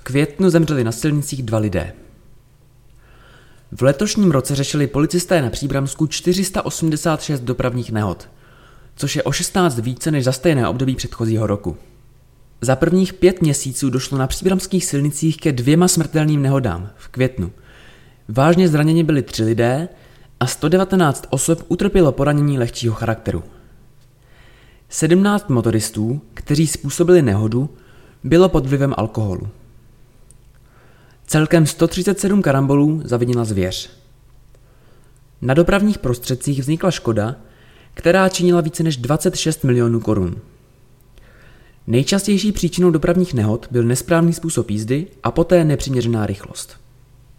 květnu zemřeli na silnicích 2 lidé. V letošním roce řešili policisté na Příbramsku 486 dopravních nehod, což je o 16 více než za stejné období předchozího roku. Za prvních 5 měsíců došlo na příbramských silnicích ke 2 smrtelným nehodám v květnu. Vážně zraněni byli 3 lidé a 119 osob utrpělo poranění lehčího charakteru. 17 motoristů, kteří způsobili nehodu, bylo pod vlivem alkoholu. Celkem 137 karambolů zavinila zvěř. Na dopravních prostředcích vznikla škoda, která činila více než 26 milionů korun. Nejčastější příčinou dopravních nehod byl nesprávný způsob jízdy a poté nepřiměřená rychlost.